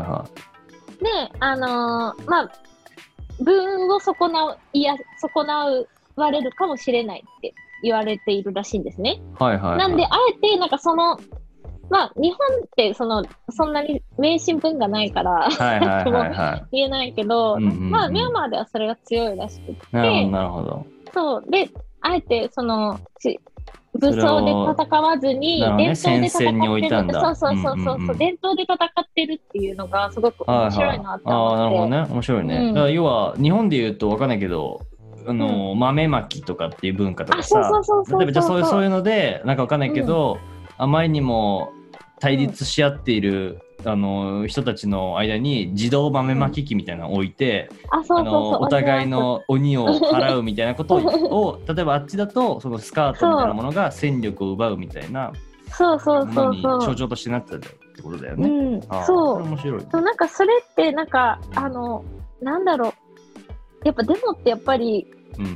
分を損なわれるかもしれないって言われているらしいんですね。なんであえてなんか日本ってそんなに迷信文がないから言えないけど、ミャンマーではそれが強いらしくて、 なるほど。 そうであえて武装で戦わずに伝統で戦ってる、伝統で戦ってるっていうのがすごく面白いなと思って。 なるほどね、面白いね。だから要は日本で言うと分かんないけど、豆まきとかっていう文化とかさ、例えばじゃあそういうのでなんか分かんないけど、あまりにも対立し合っている人たちの間に自動豆まき機みたいなのを置いて、お互いの鬼を払うみたいなことを例えばあっちだとそのスカートみたいなものが戦力を奪うみたいなものに象徴としてなってたってことだよね。 そう面白い。 なんかそれってなんかなんだろう、やっぱデモってやっぱり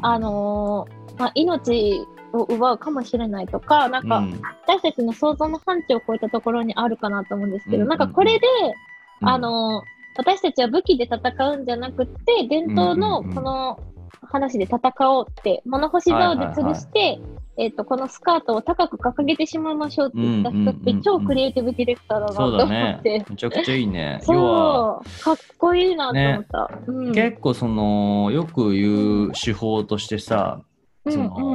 命を奪うかもしれないとか、なんか私たちの想像の範疇を超えたところにあるかなと思うんですけど、なんかこれで私たちは武器で戦うんじゃなくて、伝統のこの話で戦おうって、物干し竿で吊るして、このスカートを高く掲げてしまいましょうって言った人って超クリエイティブディレクターだなと思って、 めちゃくちゃいいね。 そうかっこいいなと思った、 結構よく言う手法としてさ、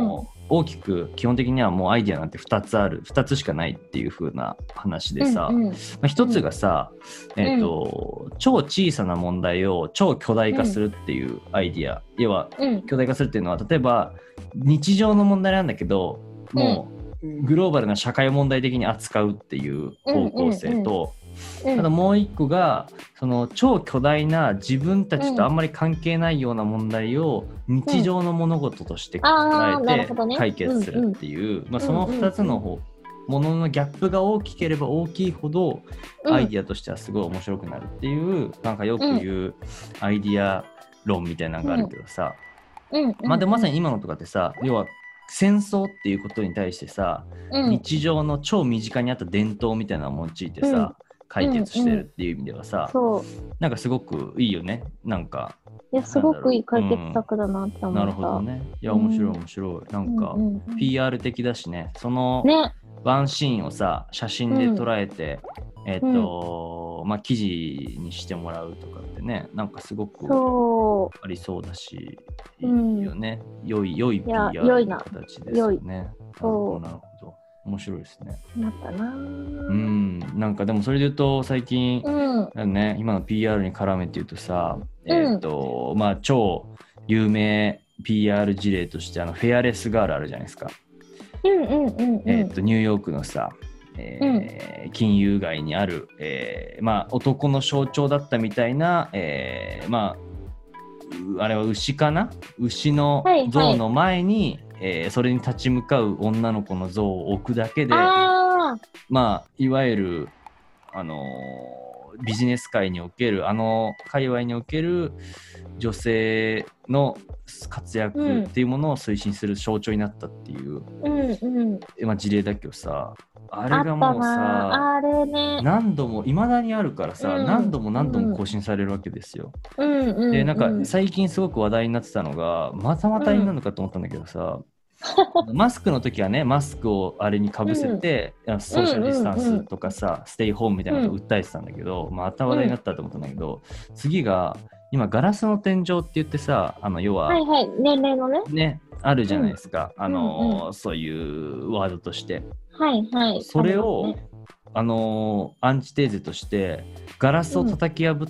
大きく基本的にはもうアイディアなんて2つある、2つしかないっていう風な話でさ、1つがさ、超小さな問題を超巨大化するっていうアイディア、要は巨大化するっていうのは、例えば日常の問題なんだけど、もうグローバルな社会問題的に扱うっていう方向性と、ただもう一個がその超巨大な自分たちとあんまり関係ないような問題を日常の物事として捉えて解決するっていう、その2つのもののギャップが大きければ大きいほどアイディアとしてはすごい面白くなるっていう、なんかよく言うアイディア論みたいなのがあるけどさ、でもまさに今のとかってさ、要は戦争っていうことに対してさ、日常の超身近にあった伝統みたいなのを用いてさ、解決してるっていう意味ではさ、なんかすごくいいよね。なんかいや、すごくいい解決策だなって思った。 なるほどね。いや、面白い面白い。なんか PR 的だしね。そのワンシーンをさ、写真で捉えて、記事にしてもらうとかってね、なんかすごくありそうだし、いいよね。良い PR の形ですよね。なるほど。面白いですね。 なったな。 なんかでもそれで言うと最近、ね、今の PR に絡めて言うとさ、超有名 PR 事例としてフェアレスガールあるじゃないですか。ニューヨークのさ、金融街にある、男の象徴だったみたいな、あれは牛かな、牛の像の前に、それに立ち向かう女の子の像を置くだけで、いわゆるビジネス界における界隈における女性の活躍っていうものを推進する象徴になったっていう、事例だけどさ、あれがもうさ、何度もいまだにあるからさ、何度も更新されるわけですよ。でなんか最近すごく話題になってたのが、またになるのかと思ったんだけどさ、マスクの時はね、マスクをあれにかぶせて、ソーシャルディスタンスとかさ、ステイホームみたいなことを訴えてたんだけど、また話題になったと思ったんだけど、次が今ガラスの天井って言ってさ、要は、 年齢のね、あるじゃないですか、そういうワードとして、それを、アンチテーゼとしてガラスを叩き破った、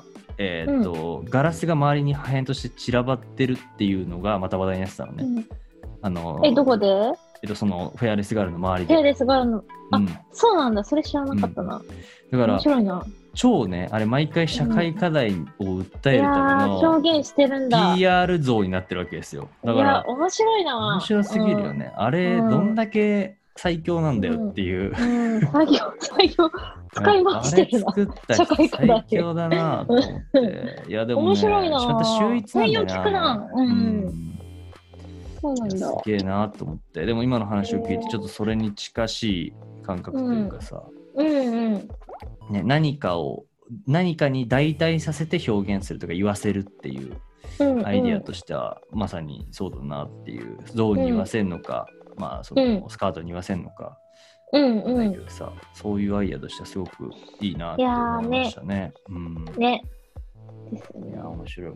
ガラスが周りに破片として散らばってるっていうのがまた話題になってたのね。 どこで？ そのフェアレスガールの周りで。 フェアレスガールの、そうなんだ、それ知らなかったな。 だから面白いな。 超ね、あれ毎回社会課題を訴えるための、 表現してるんだ。 PR 像になってるわけですよ。だから面白いな。 面白すぎるよね。あれ、どんだけ最強なんだよっていう。 最強使い回してるな。 あれ作った人最強だなと思って。いやでもね、 面白いな。 また秀逸なんだよな。 聞くな。そうなんだ。 すげえなと思って。でも今の話を聞いてちょっとそれに近しい感覚というかさ、ね、何かに代替させて表現するとか言わせるっていうアイディアとしてはまさにそうだなっていう。像に言わせんのか、そのスカートに言わせんのか、だけどさ、そういうアイディアとしてはすごくいいなって思いましたね。 ね。ですね。 いや面白い。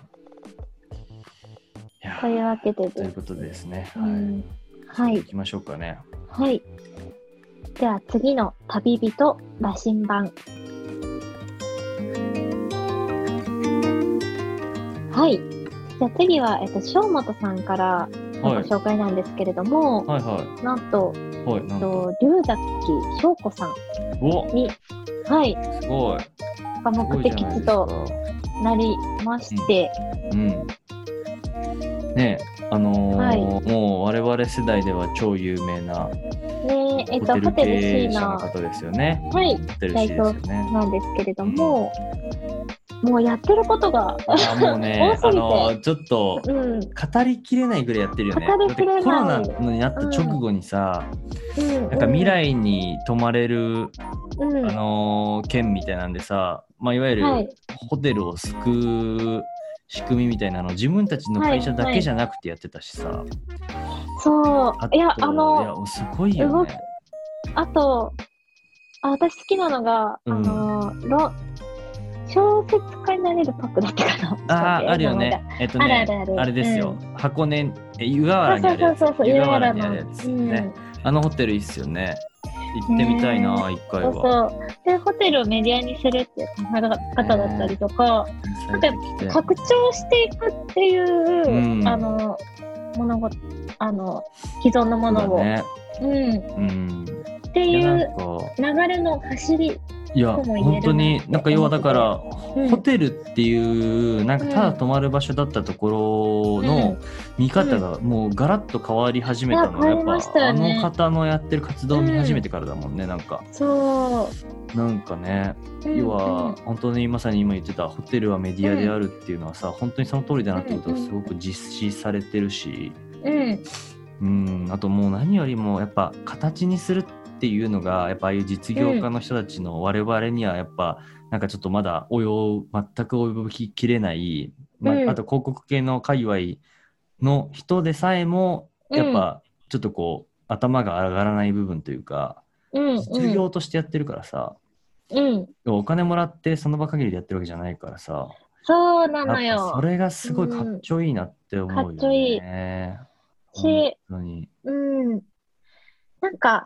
というわけでということでですね。 はい。 行きましょうかね。 はい。では次の旅人羅針盤。はい。じゃあ次は正本さんからご紹介なんですけれども、なんと龍崎翔子さんに、 すごい目的地となりまして、 ね、もう我々世代では超有名なホテル経営者の方ですよね。 代表なんですけれども、もうやってることがもうねちょっと語りきれないぐらいやってるよね。だってコロナになった直後にさ、なんか未来に泊まれる券みたいなんでさ、いわゆるホテルを救う仕組みみたいなのを自分たちの会社だけじゃなくてやってたしさ、 そう、いやすごいよね。 小説家になれるパックだったかな。 あるよね。あれですよ。箱根、湯河原にあるやつ。 そう湯河原のやつね。あのホテルいいっすよね。行ってみたいな、一回は。 そうで、ホテルをメディアにするっていう考え方だったりとか、なんか拡張していくっていう、物事、既存のものを。っていう流れの走り。 いや本当になんか要はだから、ホテルっていうなんかただ泊まる場所だったところの見方がもうガラッと変わり始めたのはやっぱあの方のやってる活動を見始めてからだもんね。なんかそうなんかね、要は本当にまさに今言ってたホテルはメディアであるっていうのはさ、本当にその通りだなってことがすごく実施されてるし、あともう何よりもやっぱ形にするっていうのがやっぱああいう実業家の人たちの我々にはやっぱなんかちょっとまだ全く及びきれない、あと広告系の界隈の人でさえもやっぱちょっとこう頭が上がらない部分というか、実業としてやってるからさ、お金もらってその場限りでやってるわけじゃないからさ、 そうなのよ。 それがすごいかっちょいいなって思うよね。 かっちょいいし、なんか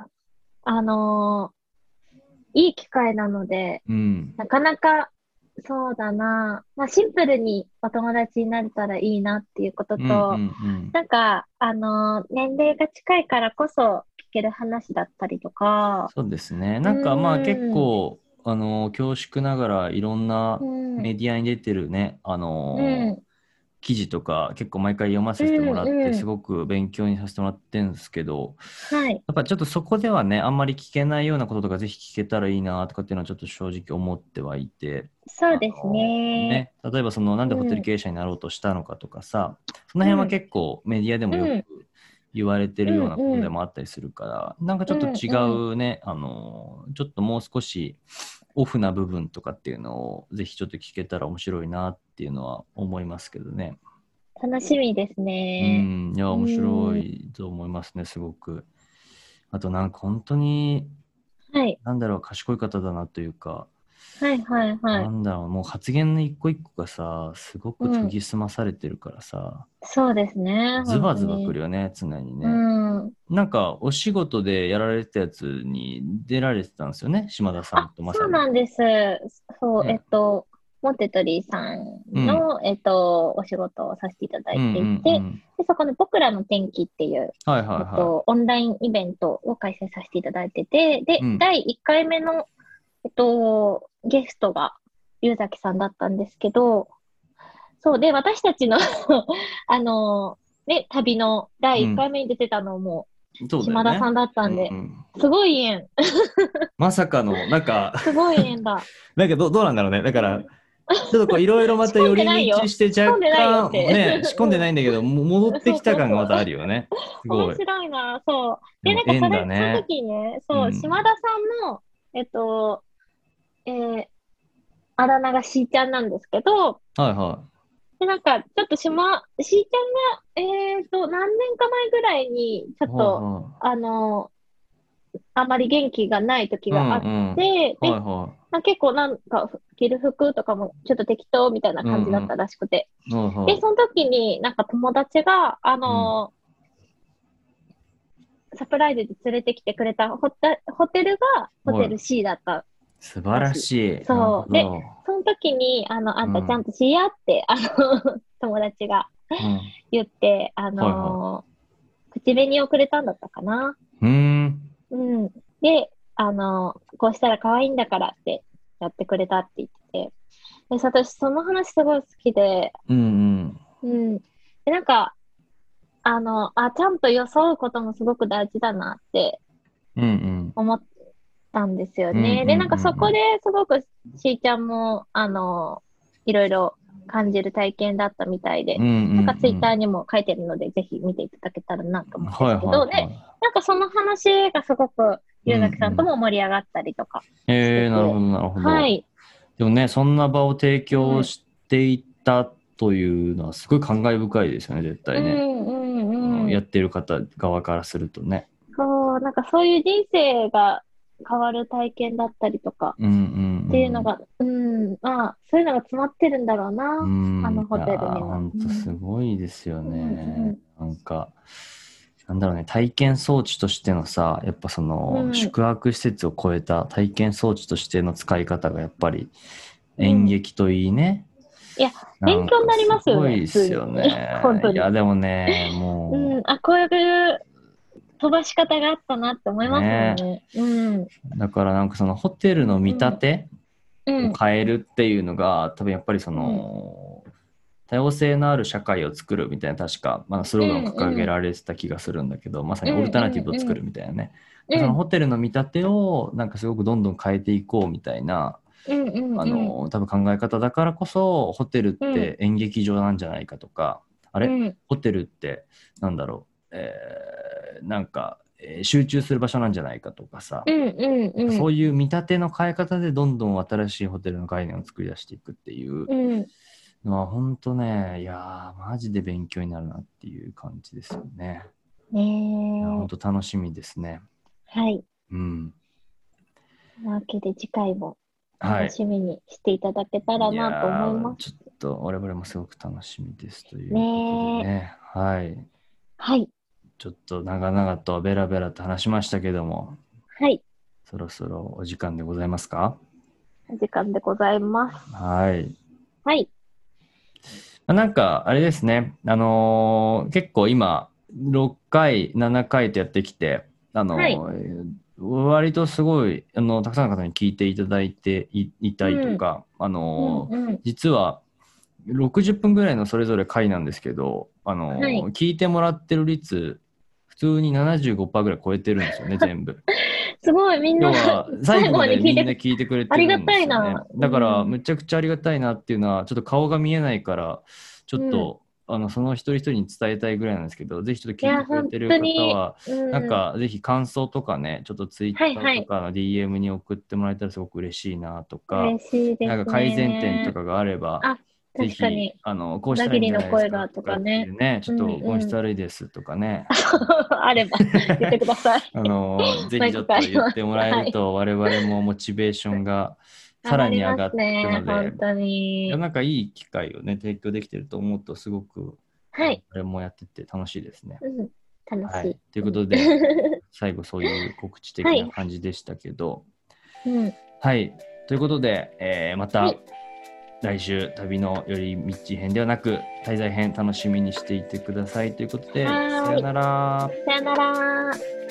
いい機会なので、なかなかそうだな、シンプルにお友達になれたらいいなっていうことと、なんか年齢が近いからこそ聞ける話だったりとか。 そうですね。なんか結構恐縮ながらいろんなメディアに出てるね、記事とか結構毎回読ませてもらってすごく勉強にさせてもらってるんですけど、やっぱちょっとそこではねあんまり聞けないようなこととかぜひ聞けたらいいなとかっていうのはちょっと正直思ってはいて、 そうですね。 例えばなんでホテル経営者になろうとしたのかとかさ、その辺は結構メディアでもよく言われてるようなことでもあったりするから、なんかちょっと違うね、ちょっともう少しオフな部分とかっていうのをぜひちょっと聞けたら面白いなっていうのは思いますけどね。 楽しみですね。 いや面白いと思いますね、すごく。あとなんか本当に、なんだろう、賢い方だなというか、なんだろう、もう発言の一個一個がさすごく研ぎ澄まされてるからさ、 そうですね、 ズバズバくるよね、常にね。なんかお仕事でやられてたやつに出られてたんですよね、島田さんとまさに。 そうなんです。そう、モテトリーさんの、お仕事をさせていただいていて、でそこの僕らの天気っていう、オンラインイベントを開催させていただいてて、で、第1回目の、ゲストが龍崎さんだったんですけど、そうで、私たちの旅の第1回目に出てたのも、島田さんだったんで、すごい縁。 まさかの、なんか、 すごい縁だ。 なんかどうなんだろうね。だから、ちょっといろいろまた寄り道して若干、ね、仕込んでないんだけど、戻ってきた感がまたあるよね。すごい。 面白いな、そう。で、なんかその時ね、そう、島田さんの、あだ名がしーちゃんなんですけど、で、なんか、ちょっとしーちゃんが、何年か前ぐらいに、ちょっと、あまり元気がない時があって、で、結構なんか、着る服とかもちょっと適当みたいな感じだったらしくて。で、その時になんか友達が、サプライズで連れてきてくれたホテルがホテル C だった。 素晴らしい。 そう。で、その時に、あんたちゃんとしやって、友達が言って、口紅をくれたんだったかな。で、こうしたら可愛いんだからってやってくれたって言ってて。で、私、その話すごい好きで、で、なんか、ちゃんと装うこともすごく大事だなって思ったんですよね。で、なんかそこですごくしーちゃんも、いろいろ感じる体験だったみたいで、なんかツイッターにも書いてるので、ぜひ見ていただけたらなと思うんですけど、で、なんかその話がすごく、龍崎さんとも盛り上がったりとかしてて。 なるほど、なるほど。でもね、そんな場を提供していったというのはすごい感慨深いですよね、絶対ね。やってる方側からするとね。 そう、なんかそういう人生が変わる体験だったりとか、っていうのが、まあ、そういうのが詰まってるんだろうな、あのホテルには。 本当すごいですよね。なんか、なんだろうね、体験装置としてのさ、やっぱその、宿泊施設を超えた体験装置としての使い方がやっぱり演劇といいね。 いや、勉強になりますよね。 すごいですよね。本当に。いや、でもね、もう。 こういう飛ばし方があったなって思いますね。 だからなんかそのホテルの見立てを変えるっていうのが、多分やっぱりその、多様性のある社会を作るみたいな確か、スローガンを掲げられてた気がするんだけど、まさにオルタナティブを作るみたいなね。そのホテルの見立てをなんかすごくどんどん変えていこうみたいな、多分考え方だからこそ、ホテルって演劇場なんじゃないかとか、ホテルってなんだろう、なんか、集中する場所なんじゃないかとかさ、そういう見立ての変え方でどんどん新しいホテルの概念を作り出していくっていうのは本当ね、いやーマジで勉強になるなっていう感じですよね。本当楽しみですね。 はい。というわけで次回も楽しみにしていただけたらなと思います。 ちょっと我々もすごく楽しみですということでね。はい。ちょっと長々とベラベラと話しましたけども。 はい。 そろそろお時間でございますか？ お時間でございます。 はい。 はい。 なんかあれですね。結構今6回、7回とやってきて、割とすごいたくさんの方に聞いていただいていたりとか、実は60分ぐらいのそれぞれ回なんですけど、聞いてもらってる率普通に 75% ぐらい超えてるんですよね全部。 すごいみんな最後までみんな聞いてくれてるんですよね。 ありがたいな。 だからむちゃくちゃありがたいなっていうのはちょっと顔が見えないからちょっと、その一人一人に伝えたいぐらいなんですけど、ぜひちょっと聞いてくれてる方は、なんかぜひ感想とかね、ちょっとツイッターとかの DM に送ってもらえたらすごく嬉しいなとか、なんか改善点とかがあれば、ぜひこうしたらいいんじゃないですかとかっていうね、ちょっと音質悪いですとかね。 あれば言ってください。 ぜひちょっと言ってもらえると我々もモチベーションがさらに上がってるので、 本当になんかいい機会をね提供できてると思うとすごく、我々もやってて楽しいですね。 楽しい。 ということで最後そういう告知的な感じでしたけど、はい、ということで、また、来週旅の寄り道編ではなく滞在編楽しみにしていてくださいということで、さよなら。 さよなら。